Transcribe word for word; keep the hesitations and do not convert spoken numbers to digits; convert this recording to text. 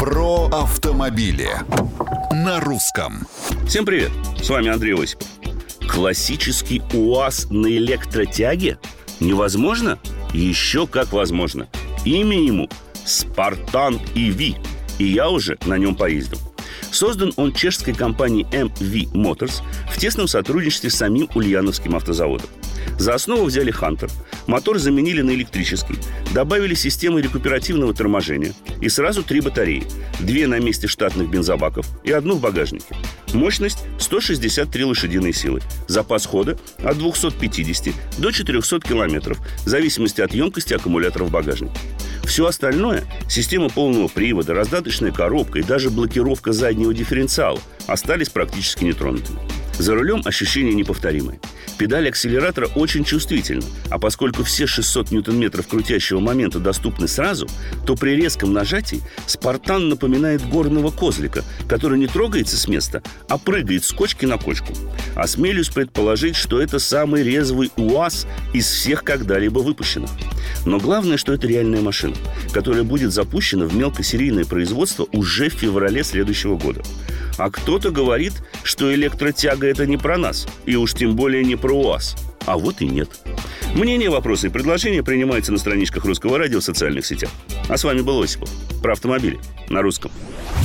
Про автомобили на русском. Всем привет, с вами Андрей Осипов. Классический УАЗ на электротяге? Невозможно? Еще как возможно. Имя ему Spartan и ви, и я уже на нем поездил. Создан он чешской компанией эм ви Motors в тесном сотрудничестве с самим Ульяновским автозаводом. За основу взяли Хантер, мотор заменили на электрический, добавили системы рекуперативного торможения и сразу три батареи, две на месте штатных бензобаков и одну в багажнике. Мощность сто шестьдесят три лошадиные силы, запас хода от двухсот пятидесяти до четырехсот километров, в зависимости от емкости аккумулятора в багажнике. Все остальное – система полного привода, раздаточная коробка и даже блокировка заднего дифференциала – остались практически нетронутыми. За рулем ощущения неповторимые. Педаль акселератора очень чувствительна, а поскольку все шестьсот ньютон-метров крутящего момента доступны сразу, то при резком нажатии «Спартан» напоминает горного козлика, который не трогается с места, а прыгает с кочки на кочку. Осмелюсь предположить, что это самый резвый УАЗ из всех когда-либо выпущенных. Но главное, что это реальная машина, которая будет запущена в мелкосерийное производство уже в феврале следующего года. А кто-то говорит, что электротяга – это не про нас, и уж тем более не про УАЗ. А вот и нет. Мнения, вопросы и предложения принимаются на страничках Русского радио в социальных сетях. А с вами был Осипов. Про автомобили на русском.